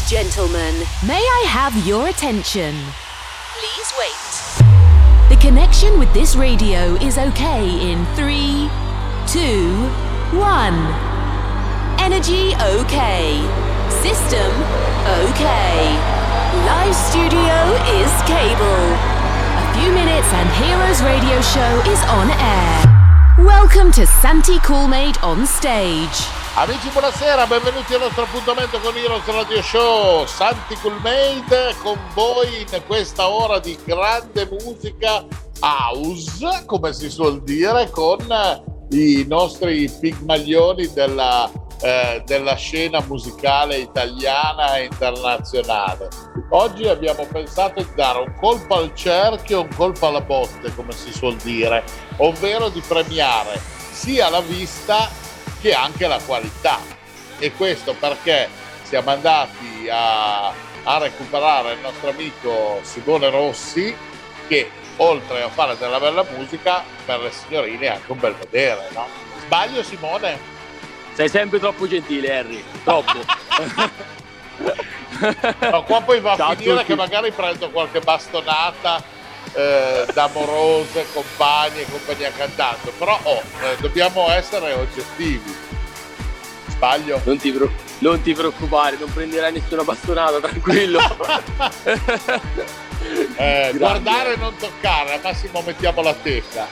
Gentlemen, may I have your attention? Please wait. The connection with this radio is okay in 3, 2, 1. Energy okay. System okay. Live studio is cable. A few minutes and Heroes Radio Show is on air. Welcome to Santi Coolmade on stage. Amici, buonasera, benvenuti al nostro appuntamento con Heroes Radio Show. Santi Coolmade con voi in questa ora di grande musica house, come si suol dire, con i nostri pigmaglioni della scena musicale italiana e internazionale. Oggi abbiamo pensato di dare un colpo al cerchio, un colpo alla botte, come si suol dire, ovvero di premiare sia la vista che anche la qualità. E questo perché siamo andati a recuperare il nostro amico Simone Rossi, che oltre a fare della bella musica, per le signorine è anche un bel vedere, no? Sbaglio, Simone? Sei sempre troppo gentile, Harry, troppo. No, qua poi va Ciao a finire tutti. che magari prendo qualche bastonata da morose, compagni e compagnia cantando, però dobbiamo essere oggettivi. Sbaglio? Non ti preoccupare, non prenderai nessuna bastonata, tranquillo. Guardare e non toccare, al massimo mettiamo la teca,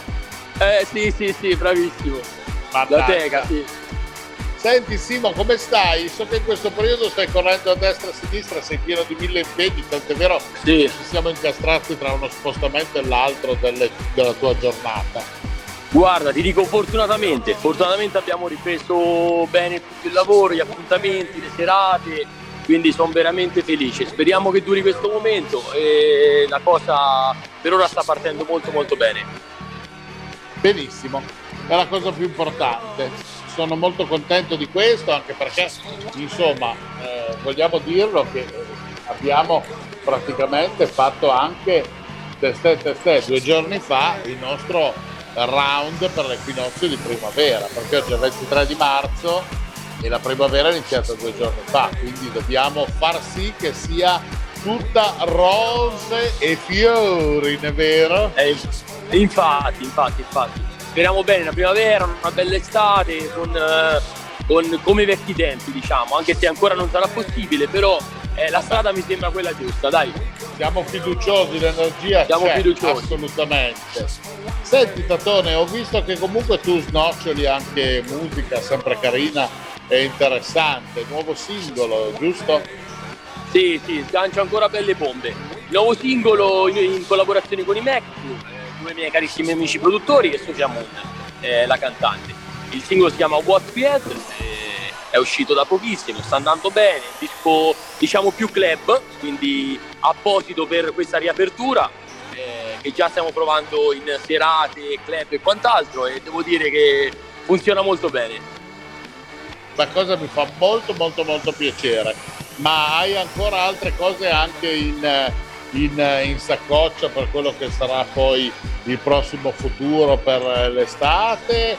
Sì, bravissimo. Mannaggia. La teca, sì. Senti Simo, come stai? So che in questo periodo stai correndo a destra e a sinistra, sei pieno di 1000 impegni, tant'è vero Sì. ci siamo incastrati tra uno spostamento e l'altro della tua giornata. Guarda, ti dico fortunatamente abbiamo ripreso bene tutto il lavoro, gli appuntamenti, le serate, quindi sono veramente felice. Speriamo che duri questo momento e la cosa per ora sta partendo molto molto bene. Benissimo, è la cosa più importante. Sono molto contento di questo, anche perché insomma vogliamo dirlo che abbiamo praticamente fatto anche 2 giorni fa il nostro round per l'equinozio di primavera, perché oggi è il 23 di marzo e la primavera è iniziata 2 giorni fa, quindi dobbiamo far sì che sia tutta rose e fiori, non è vero? Infatti. Speriamo bene la primavera, una bella estate con come i vecchi tempi, diciamo, anche se ancora non sarà possibile, però la strada mi sembra quella giusta, dai. Siamo fiduciosi, l'energia Siamo c'è, fiduciosi. assolutamente. Senti Tatone, ho visto che comunque tu snoccioli anche musica sempre carina e interessante, nuovo singolo, giusto? Sì, sgancio ancora belle bombe. Il nuovo singolo in collaborazione con i Mac, due miei carissimi amici produttori, e Sofia Moon, la cantante. Il singolo si chiama What We Had, è uscito da pochissimo, sta andando bene, disco diciamo più club, quindi apposito per questa riapertura, che già stiamo provando in serate, club e quant'altro, e devo dire che funziona molto bene. La cosa mi fa molto molto molto piacere, ma hai ancora altre cose anche in saccoccia per quello che sarà poi il prossimo futuro per l'estate,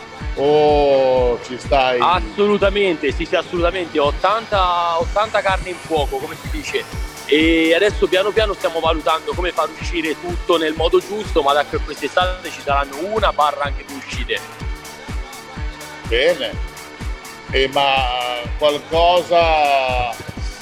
o ci stai? Assolutamente, sì, assolutamente, ho tanta carne in fuoco, come si dice, e adesso piano piano stiamo valutando come far uscire tutto nel modo giusto, ma da qui a quest'estate ci saranno anche 2 uscite. Bene. Ma qualcosa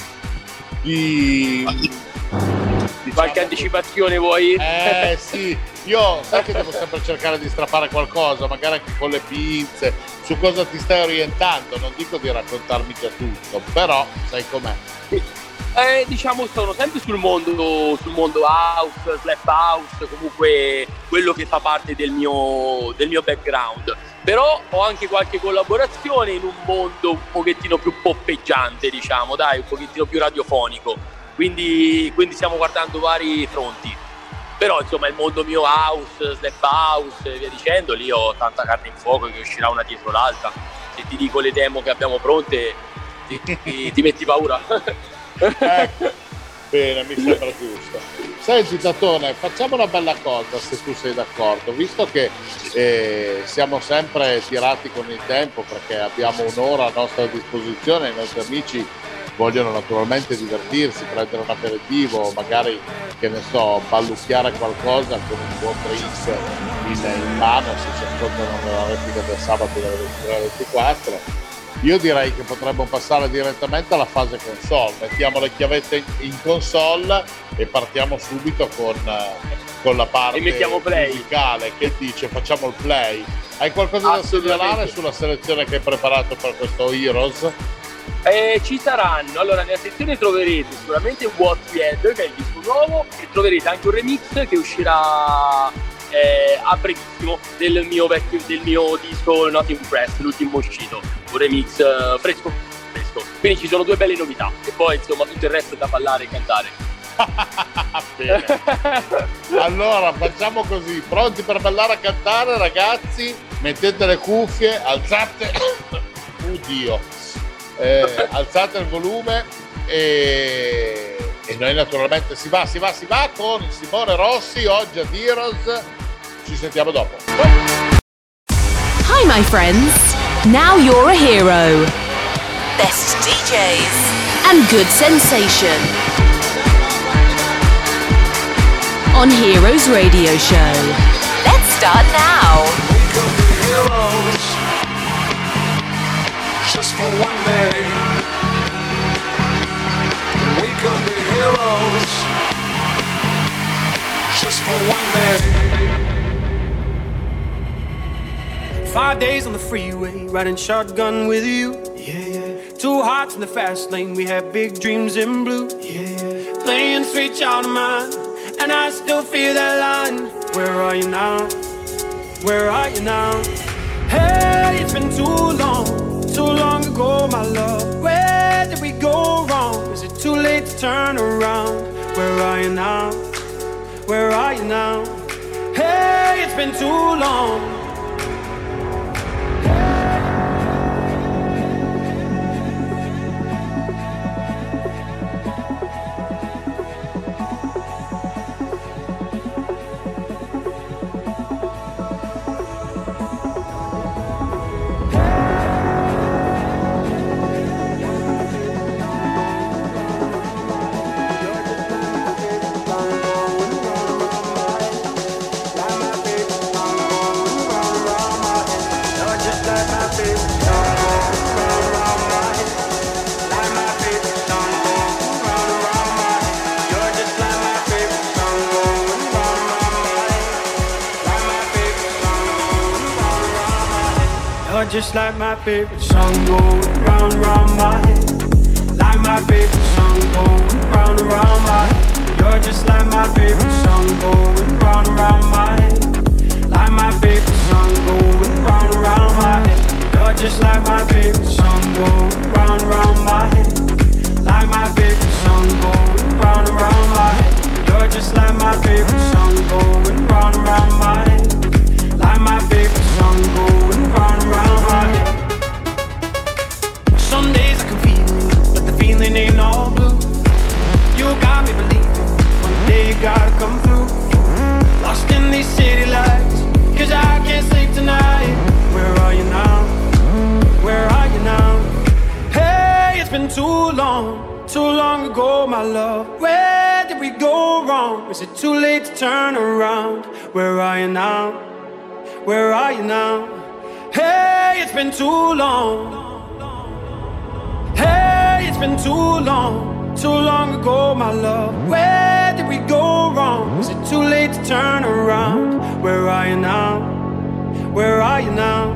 di Qualche anticipazione vuoi? Sì, io sai che devo sempre cercare di strappare qualcosa, magari anche con le pinze, su cosa ti stai orientando. Non dico di raccontarmi già tutto, però sai com'è. Diciamo sono sempre sul mondo house, slap house, comunque quello che fa parte del mio background. Però ho anche qualche collaborazione in un mondo un pochettino più poppeggiante, diciamo, dai, un pochettino più radiofonico. Quindi stiamo guardando vari fronti. Però insomma il mondo mio house, slap house e via dicendo, lì ho tanta carne in fuoco che uscirà una dietro l'altra. Se ti dico le demo che abbiamo pronte ti metti paura. Ecco, bene, mi sembra giusto. Senti Tatone, facciamo una bella cosa, se tu sei d'accordo, visto che siamo sempre tirati con il tempo perché abbiamo un'ora a nostra disposizione, i nostri amici vogliono naturalmente divertirsi, prendere un aperitivo, magari, che ne so, ballucchiare qualcosa con un buon drink in mano, se si ascoltano nella replica del sabato delle 23:24, io direi che potremmo passare direttamente alla fase console. Mettiamo le chiavette in console e partiamo subito con la parte musicale. Che dice? Facciamo il play. Hai qualcosa da segnalare sulla selezione che hai preparato per questo Heroes? Ci saranno, allora nella sezione troverete sicuramente What's the Head, che è il disco nuovo, e troverete anche un remix che uscirà a brevissimo del mio disco Not Impressed, l'ultimo uscito, un remix fresco. Quindi ci sono due belle novità e poi insomma tutto il resto è da ballare e cantare. Bene. Allora facciamo così, pronti per ballare e cantare, ragazzi? Mettete le cuffie, alzate alzate il volume e noi naturalmente si va con Simone Rossi oggi a Heroes. Ci sentiamo dopo. Hi my friends, now you're a hero. Best DJs and good sensation on Heroes Radio Show. Let's start now. We could be heroes just for one day. We could be heroes just for one day. 5 days on the freeway, riding shotgun with you. Yeah. 2 hearts in the fast lane, we had big dreams in blue. Yeah. Playing Sweet Child of Mine, and I still feel that line. Where are you now? Where are you now? Hey, it's been too long ago, my love. Where did we go wrong? Is it too late to turn around? Where are you now? Where are you now? Hey, it's been too long. Just like my favorite song going round and round my head. Like my favorite song going round and round my head. You're just like my favorite song going round and round my head. Like my favorite song going round and round my head. You're just like my favorite song going round and round my head. Like my favorite song going round and round my head. You're just like my favorite song going round and round my head. Like my favorite song going round and round my head. Some days I can feel it, but the feeling ain't all blue. You got me believing one day you gotta come through. Lost in these city lights, cause I can't sleep tonight. Where are you now? Where are you now? Hey, it's been too long ago, my love. Where did we go wrong? Is it too late to turn around? Where are you now? Where are you now? Hey, it's been too long. Hey, it's been too long ago, my love. Where did we go wrong? Is it too late to turn around? Where are you now? Where are you now?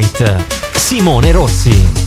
Night, Simone Rossi.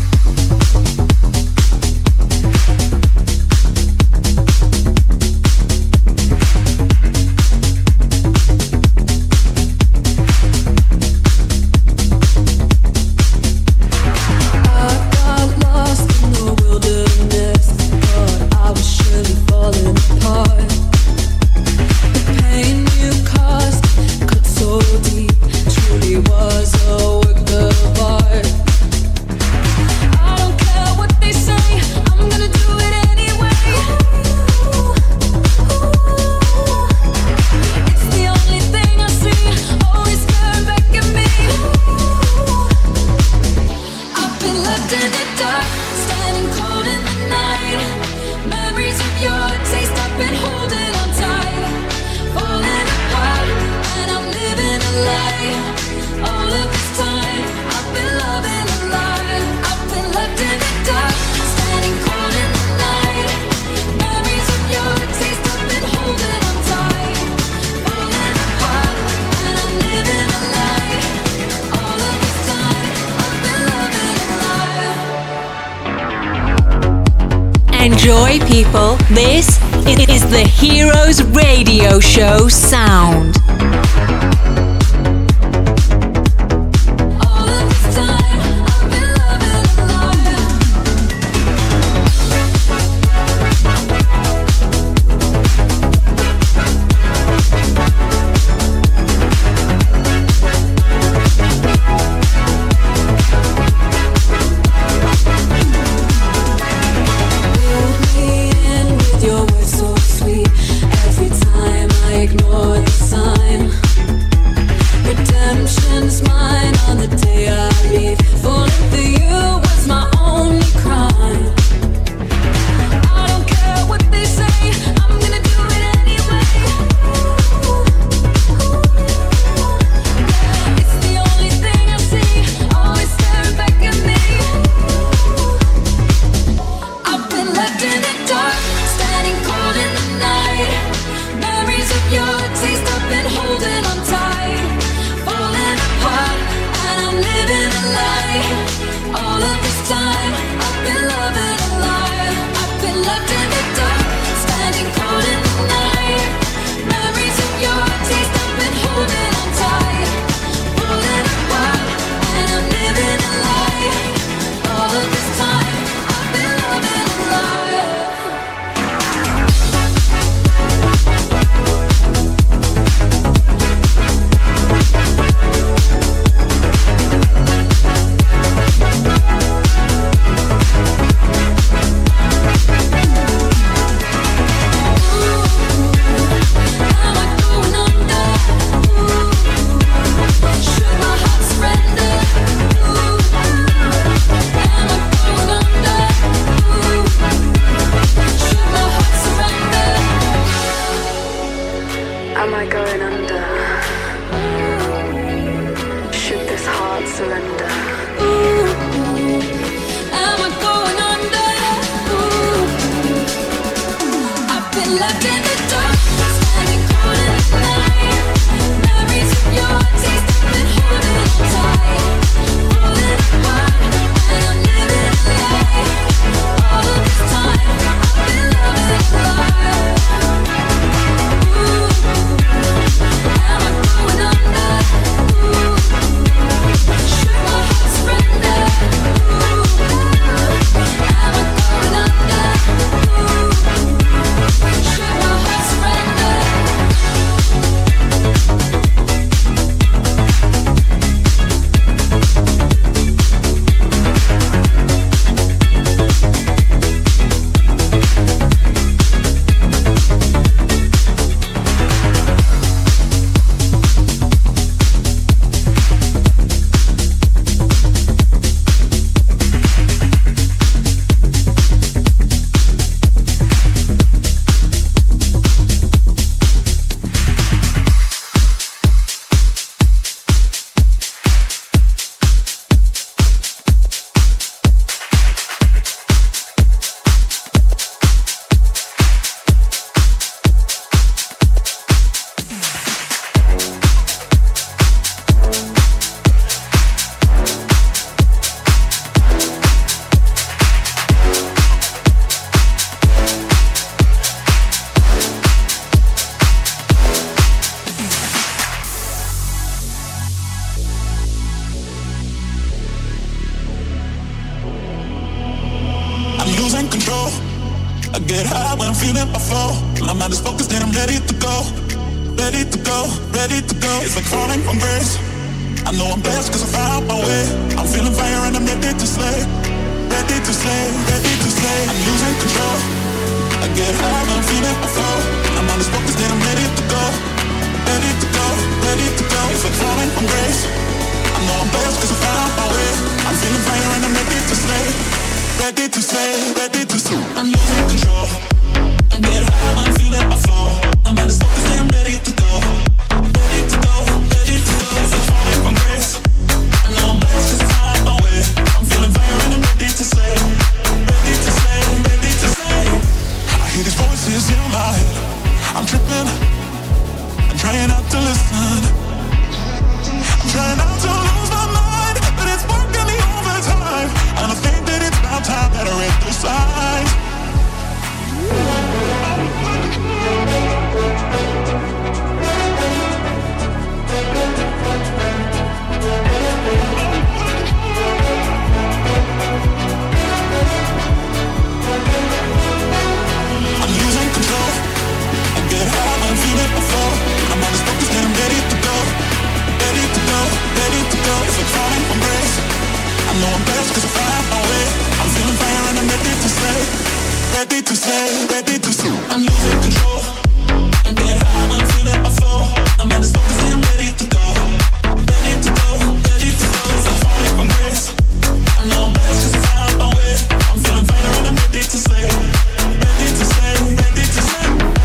Enjoy, people. This is the Heroes Radio Show sound. feeling my flow. My mind is focused and I'm ready to go. Ready to go, ready to go. It's like falling from grace. I know I'm blessed cause I found my way. I'm feeling fire and I'm ready to slay. Ready to slay, ready to slay. I'm losing control. I get high, I'm feeling my flow. My mind is focused and I'm ready to go. Ready to go, ready to go. It's like falling from grace. I know I'm blessed cause I found my way. I'm feeling fire and I'm ready to slay. Ready to slay, ready to slay. I'm losing control. I get high, I'm feeling my flow. My mind is focused and I'm ready to go. Ready to go, ready to go. It's like falling from grace. I know I'm blessed cause I found my way. I'm feeling fire and I'm ready to slay. Ready to slay, ready to slay. I hear these voices in my head. I'm tripping. I'm trying not to listen. I'm trying not to lose my mind, but it's working the overtime. And I think that it's about time that I read the signs. I'm losing control. I get high, I'm feeling my flow. I'm on this focus and I'm ready to go. Ready to go, ready to go. It's like falling from grace. I know I'm blessed cause I found my way. I'm feeling fire and I'm ready to slay. Ready to slay, ready to slay. I'm losing control. I get high, I'm feeling my flow. I'm on this focus and I'm ready to go. Ready to go, ready to go. It's like falling from grace. I know I'm blessed cause I found my way. I'm feeling fire and I'm ready to slay. Ready to slay, ready to slay.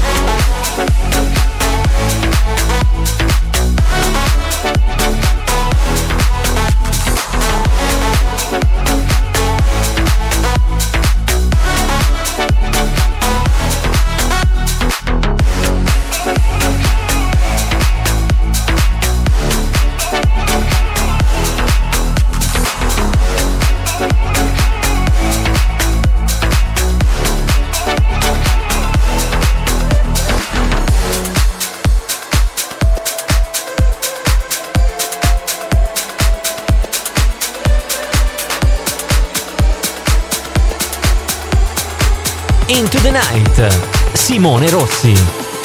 Into the Night, Simone Rossi.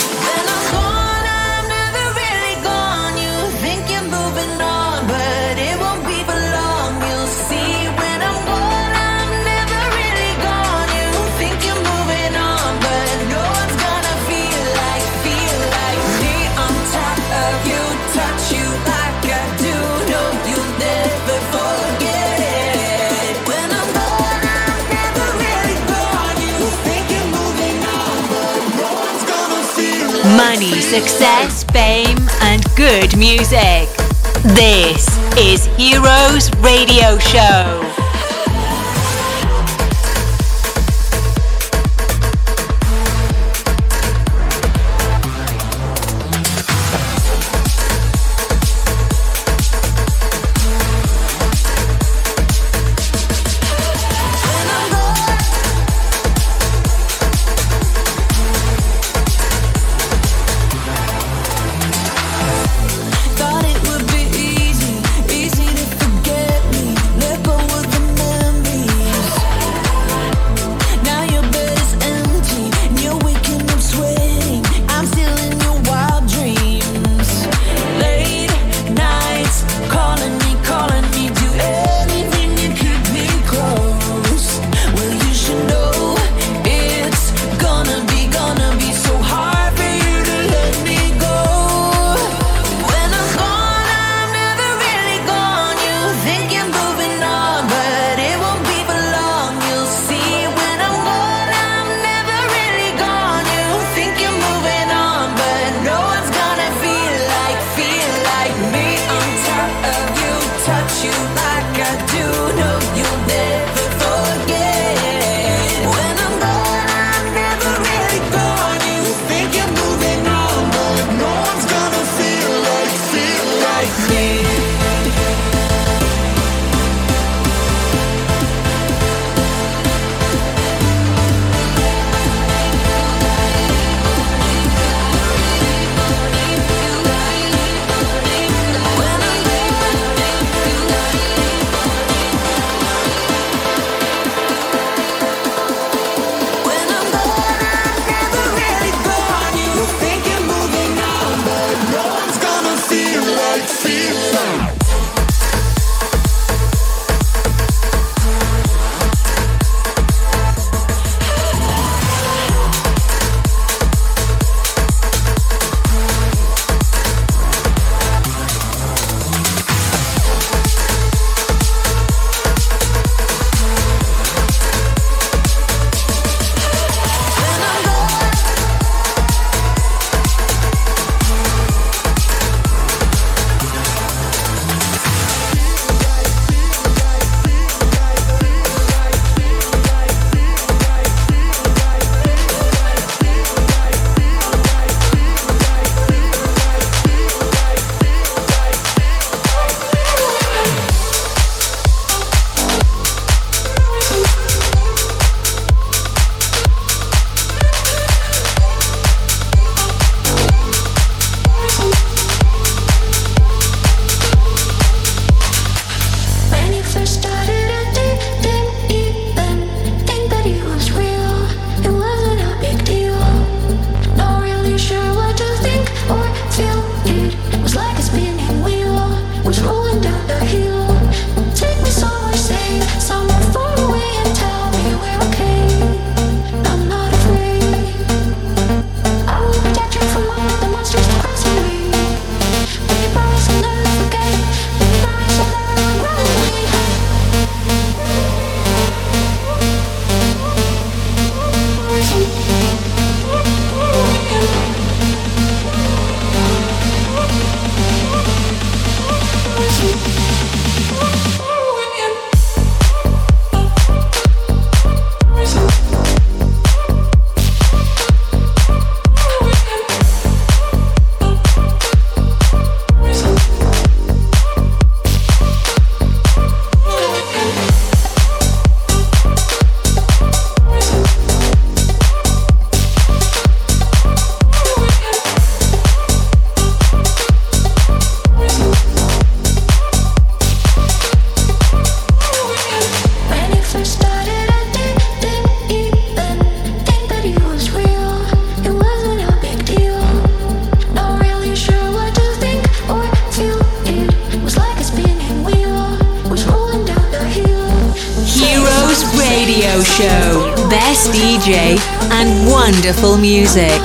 Money, success, fame, and good music. This is Heroes Radio Show. Thought it would be easy to forget me. Let go of the memories. Now your bed is empty and you're waking up sweating. I'm still in your wild dreams. Late nights calling me, do anything to keep me close. Well, you should know it's gonna be so hard for you to let me go. When I'm gone, I'm never really gone. You think you're moving on, but it won't be for long. You'll see when I'm gone, I'm never really gone. You think you're moving on, but no one's gonna feel like me on top of you, touch you like I do. No, you'll never forget. When I'm gone, I'm never really gone. You think you're moving on, but no one's gonna feel like me. When I'm gone, I'm Show. Best DJ and wonderful music.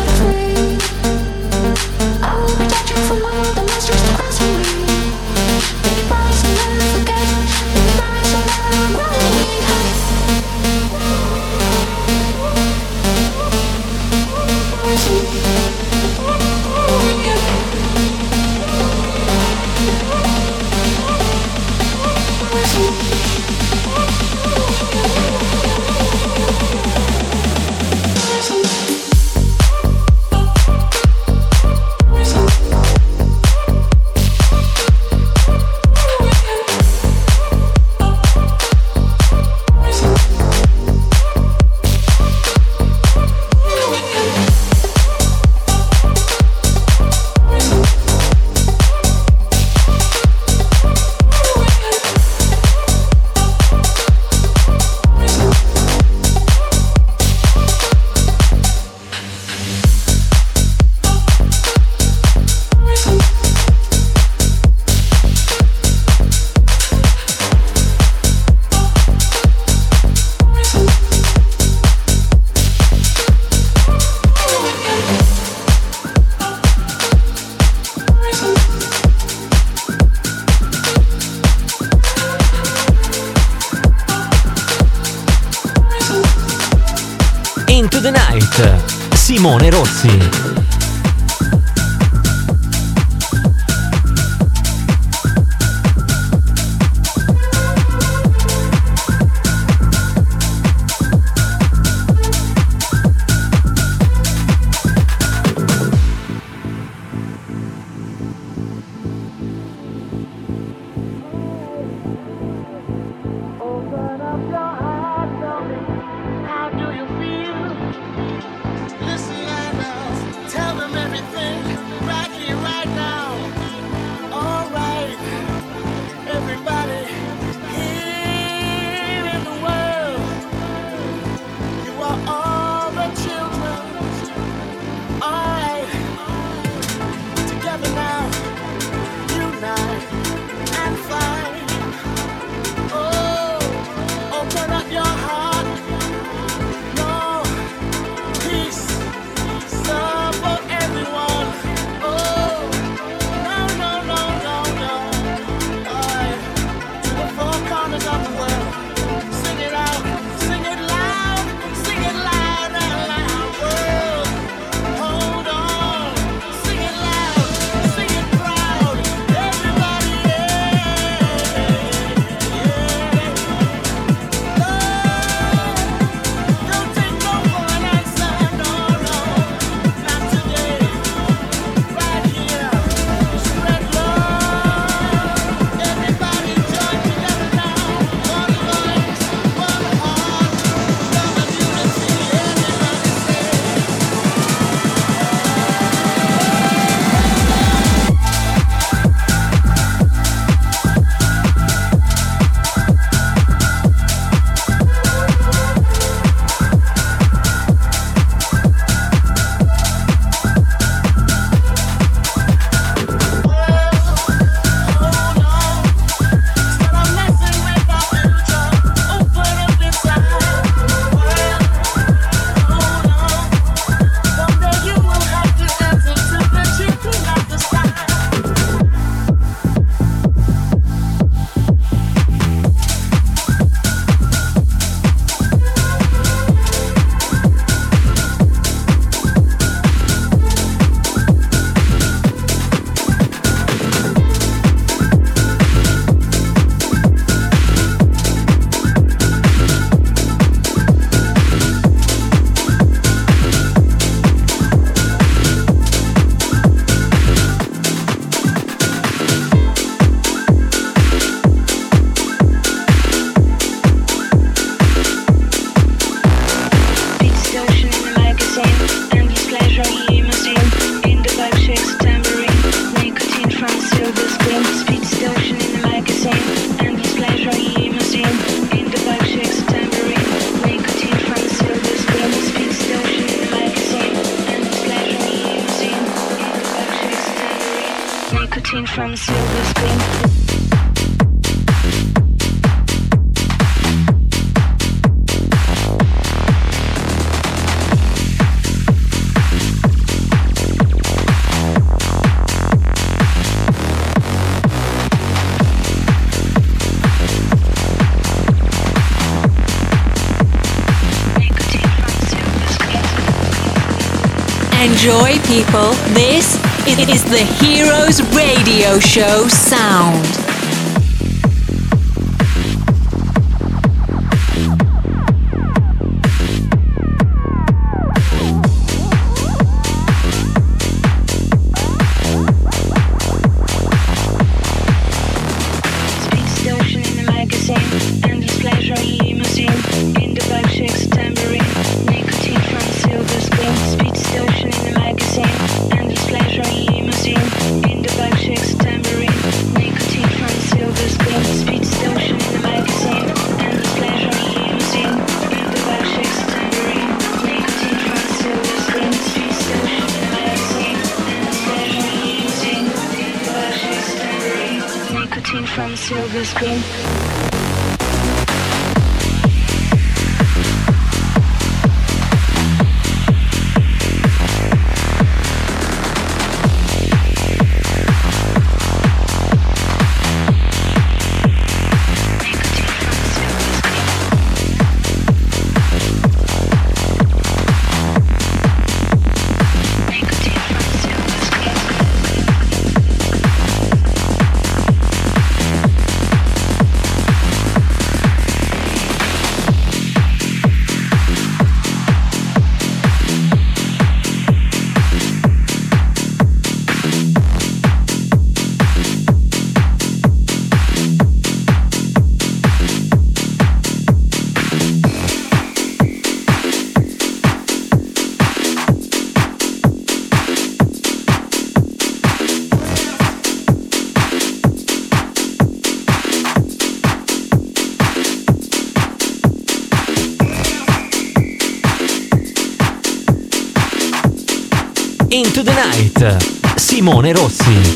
Into the Night, Simone Rossi. nicotine from silver screen. Enjoy, people. This is the Heroes Radio Show sound. From silver screen. Into the Night, Simone Rossi.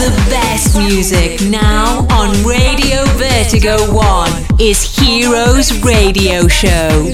The best music now on Radio Vertigo 1 is Heroes Radio Show.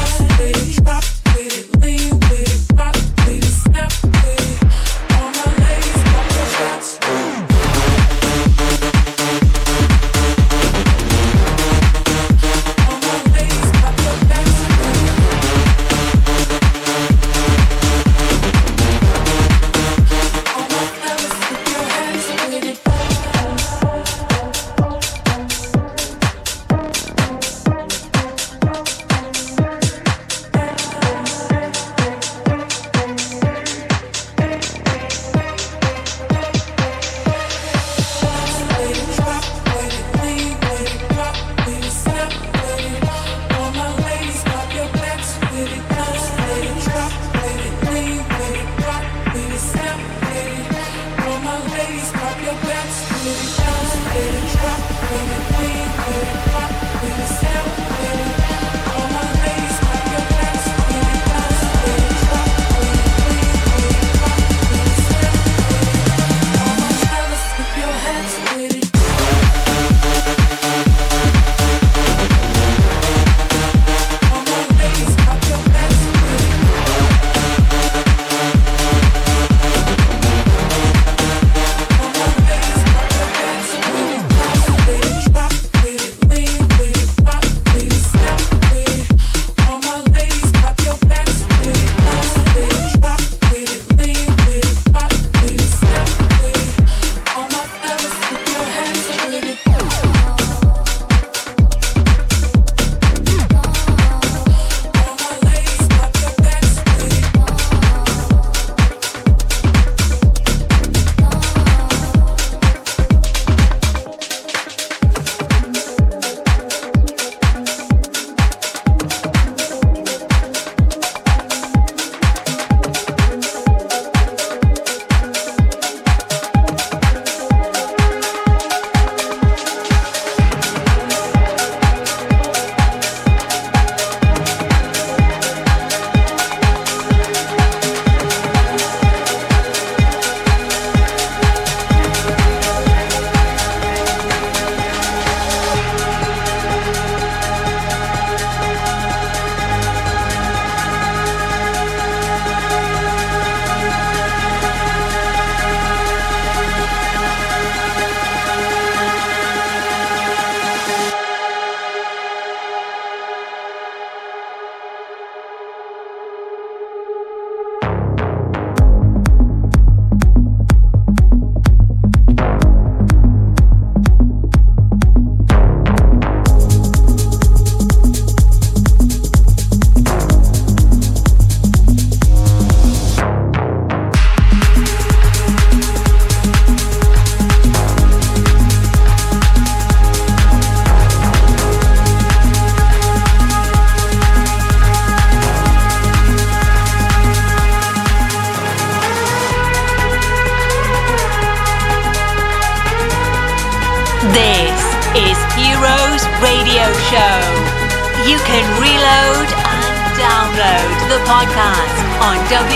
This is Heroes Radio Show. You can reload and download the podcast on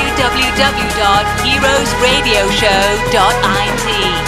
www.heroesradioshow.it.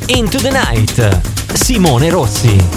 Into the Night, Simone Rossi.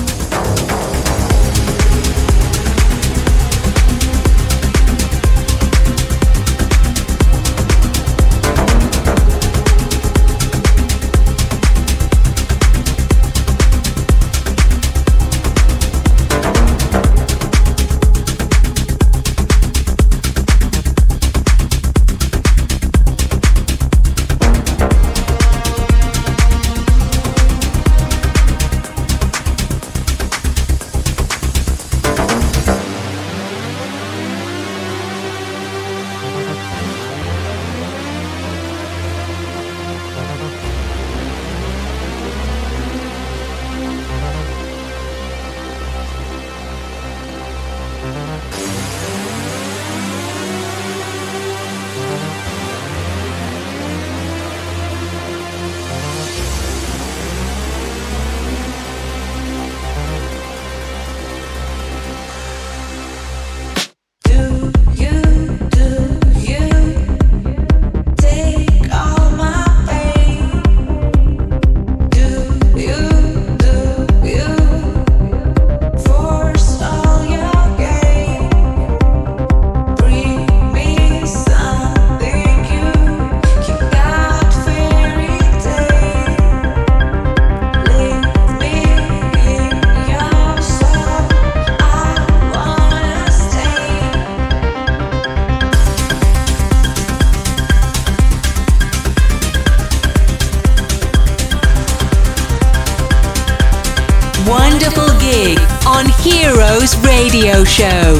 Wonderful gig on Heroes Radio Show.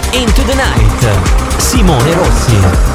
Into the Night, Simone Rossi.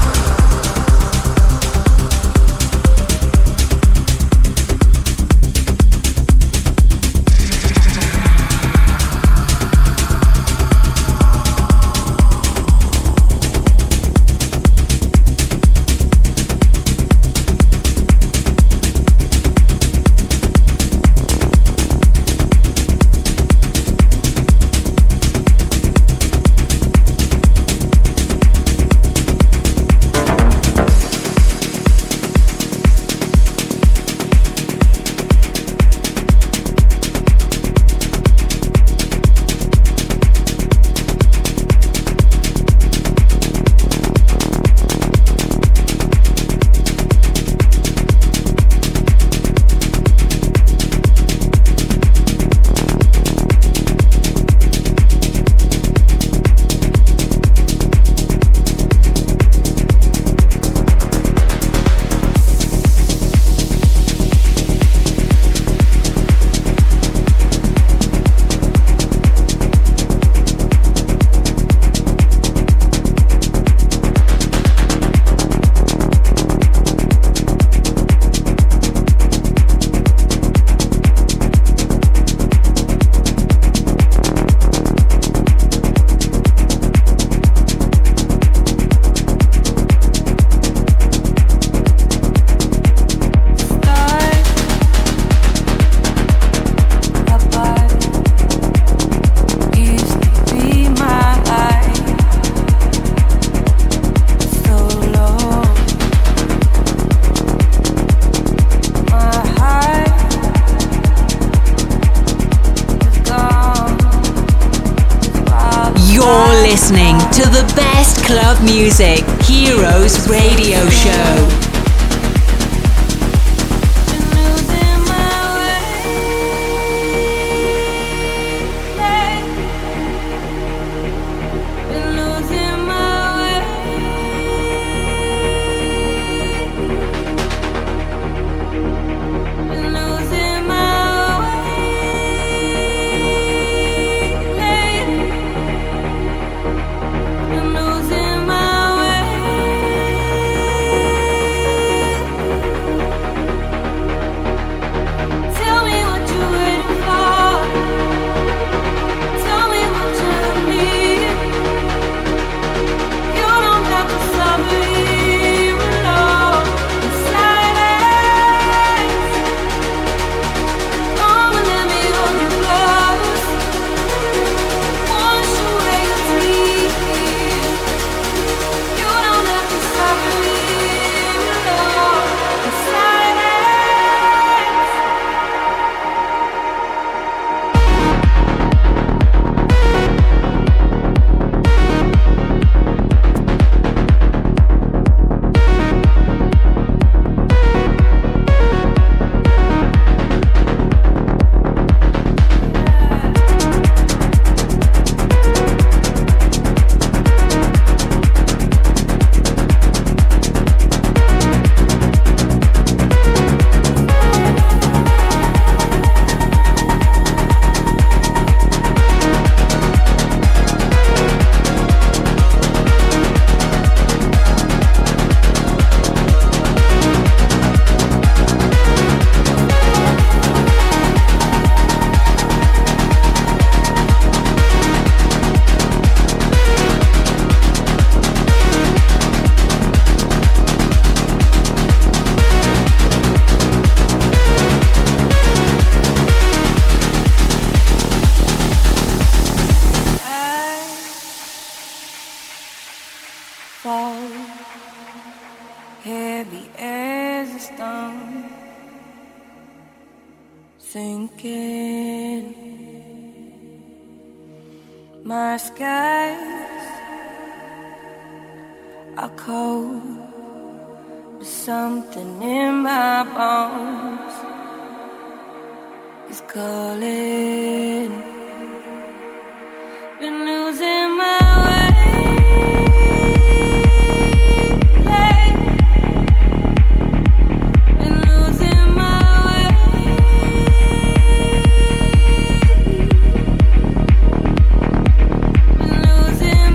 Listening to the best club music, Heroes Radio Show. Heavy as a stone, sinking. My skies are cold, but something in my bones is calling. Been losing my way. Losing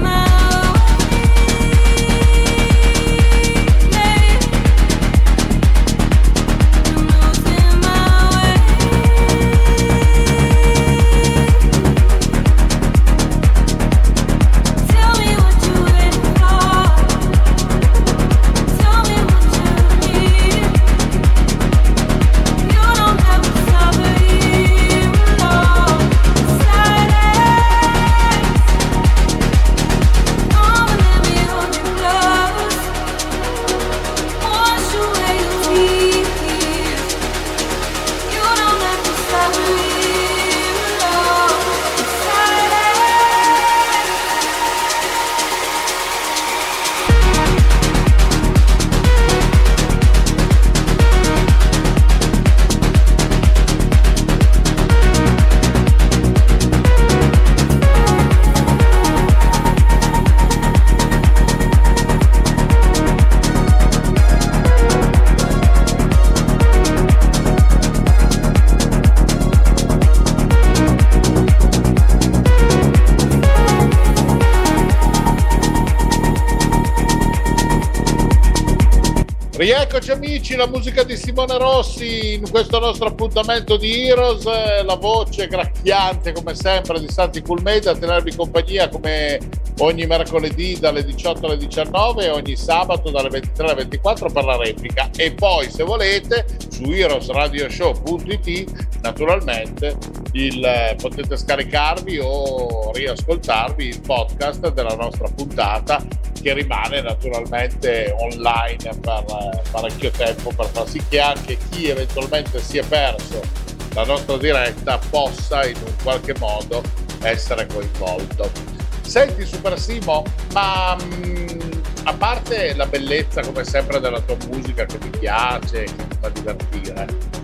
Rieccoci amici, la musica di Simone Rossi in questo nostro appuntamento di Heroes, la voce gracchiante come sempre di Santi Cool Made a tenervi compagnia come ogni mercoledì dalle 18 alle 19 e ogni sabato dalle 23 alle 24 per la replica, e poi se volete su heroesradioshow.it naturalmente potete scaricarvi o riascoltarvi il podcast della nostra puntata, che rimane naturalmente online per parecchio tempo, per far sì che anche chi eventualmente si è perso la nostra diretta possa in un qualche modo essere coinvolto. Senti Super Simo, ma a parte la bellezza come sempre della tua musica che mi piace, che mi fa divertire,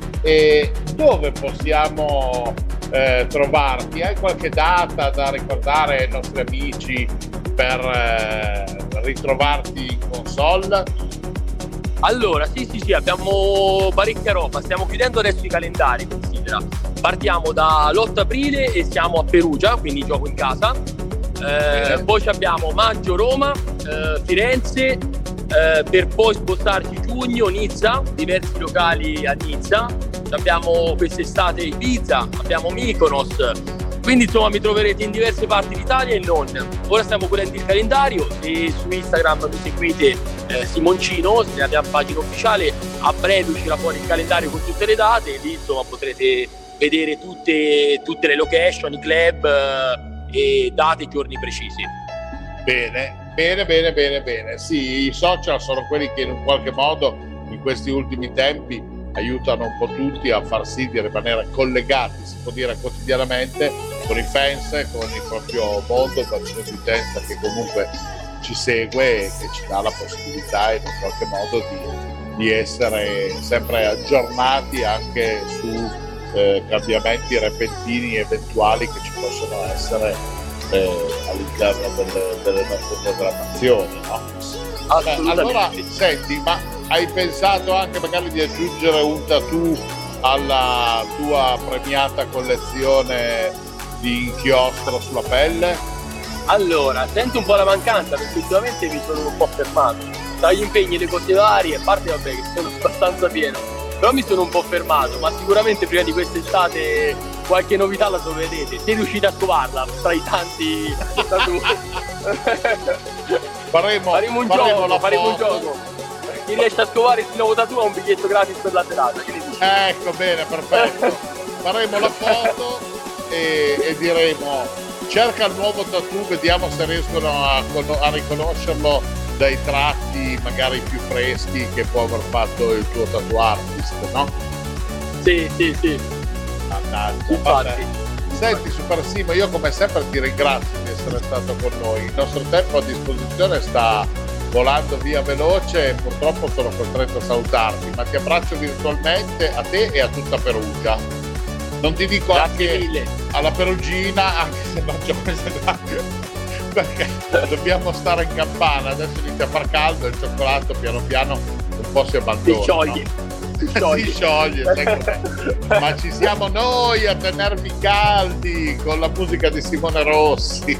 dove possiamo trovarti? Hai qualche data da ricordare ai nostri amici per ritrovarti in console? Allora, sì, abbiamo parecchia roba, stiamo chiudendo adesso i calendari, considera. Partiamo dall'8 aprile e siamo a Perugia, quindi gioco in casa. Poi abbiamo maggio Roma, Firenze, per poi spostarci giugno Nizza, diversi locali a Nizza. Abbiamo quest'estate Ibiza, abbiamo Mykonos. Quindi insomma mi troverete in diverse parti d'Italia e non. Ora stiamo pulendo il calendario e su Instagram mi seguite Simoncino, se abbiamo pagina ufficiale, a breve uscirà fuori il calendario con tutte le date e lì insomma potrete vedere tutte le location, i club e date e giorni precisi. Bene. Sì, i social sono quelli che in un qualche modo in questi ultimi tempi aiutano un po' tutti a far sì di rimanere collegati, si può dire, quotidianamente con i fans, con il proprio mondo, con l'utenza che comunque ci segue e che ci dà la possibilità in un qualche modo di essere sempre aggiornati anche su cambiamenti repentini eventuali che ci possono essere all'interno delle nostre programmazioni, no? Allora senti, ma hai pensato anche magari di aggiungere un tattoo alla tua premiata collezione di inchiostro sulla pelle? Allora, sento un po' la mancanza perché ultimamente mi sono un po' fermato tra gli impegni e le cose varie, a parte vabbè che sono abbastanza pieno, però mi sono un po' fermato, ma sicuramente prima di quest'estate qualche novità la troverete, se riuscite a trovarla tra i tanti tattoo. faremo un gioco. Chi riesce a scovare il nuovo tattoo ha un biglietto gratis per la serata. Ecco, bene, perfetto. Faremo la foto e diremo cerca il nuovo tattoo, vediamo se riescono a riconoscerlo dai tratti magari più freschi che può aver fatto il tuo tattoo artist, no? Sì. Infatti. Senti Super Simo, io come sempre ti ringrazio di essere stato con noi. Il nostro tempo a disposizione sta volando via veloce e purtroppo sono costretto a salutarti, ma ti abbraccio virtualmente a te e a tutta Perugia. Non ti dico grazie anche mille alla perugina, anche se mangio queste perché dobbiamo stare in campana, adesso inizia a far caldo, il cioccolato piano piano un po' si abbandona. Si scioglie, sai com'è. Ma ci siamo noi a tenervi caldi con la musica di Simone Rossi.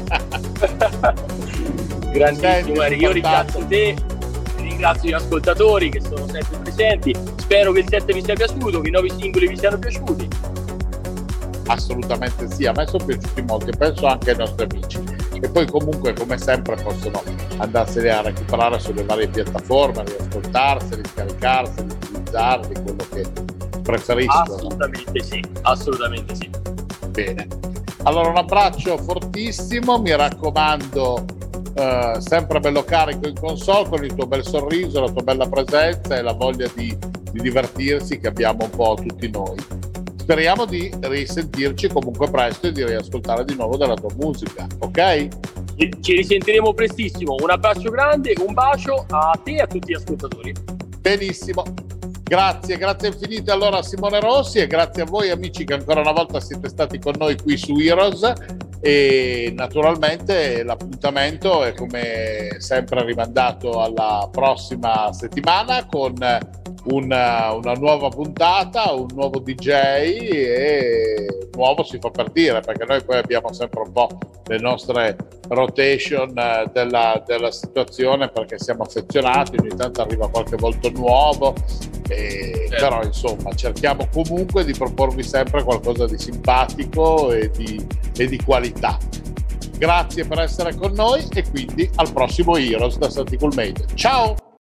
Grandissimo, io ringrazio te, ringrazio gli ascoltatori che sono sempre presenti, spero che il set vi sia piaciuto, che i nuovi singoli vi siano piaciuti. Assolutamente sì, a me sono piaciuti molto e penso anche ai nostri amici, e poi comunque come sempre possono andarseli a recuperare sulle varie piattaforme, riascoltarseli, scaricarseli, utilizzarli, quello che preferiscono. Assolutamente sì. Bene, allora un abbraccio fortissimo, mi raccomando, sempre bello carico in console con il tuo bel sorriso, la tua bella presenza e la voglia di divertirsi che abbiamo un po' tutti noi. Speriamo di risentirci comunque presto e di riascoltare di nuovo della tua musica, ok? Ci risentiremo prestissimo, un abbraccio grande, un bacio a te e a tutti gli ascoltatori. Benissimo, grazie infinite allora a Simone Rossi e grazie a voi amici che ancora una volta siete stati con noi qui su Heroes, e naturalmente l'appuntamento è come sempre rimandato alla prossima settimana con una nuova puntata, un nuovo DJ e nuovo si fa per dire, perché noi poi abbiamo sempre un po' le nostre rotation della situazione, perché siamo affezionati, ogni tanto arriva qualche volto nuovo, però insomma cerchiamo comunque di proporvi sempre qualcosa di simpatico e di qualità. Grazie per essere con noi e quindi al prossimo Heroes da Santi Cool Made. Ciao!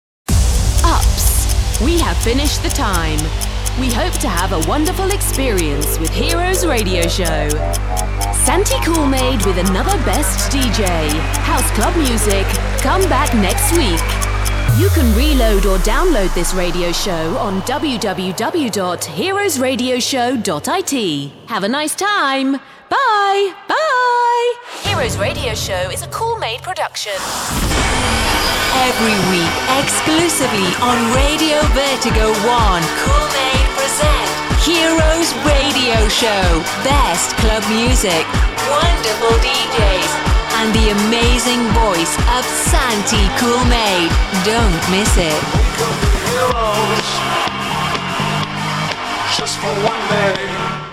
Ups, we have finished the time. We hope to have a wonderful experience with Heroes Radio Show. Santi Cool Made with another best DJ. House club music. Come back next week. You can reload or download this radio show on www.heroesradioshow.it. Have a nice time. Bye. Bye. Heroes Radio Show is a Cool Made production. Every week, exclusively on Radio Vertigo 1, Cool Made present Heroes Radio Show. Best club music, wonderful DJs, and the amazing voice of Santi Cool Made. Don't miss it. Heroes, just for one day.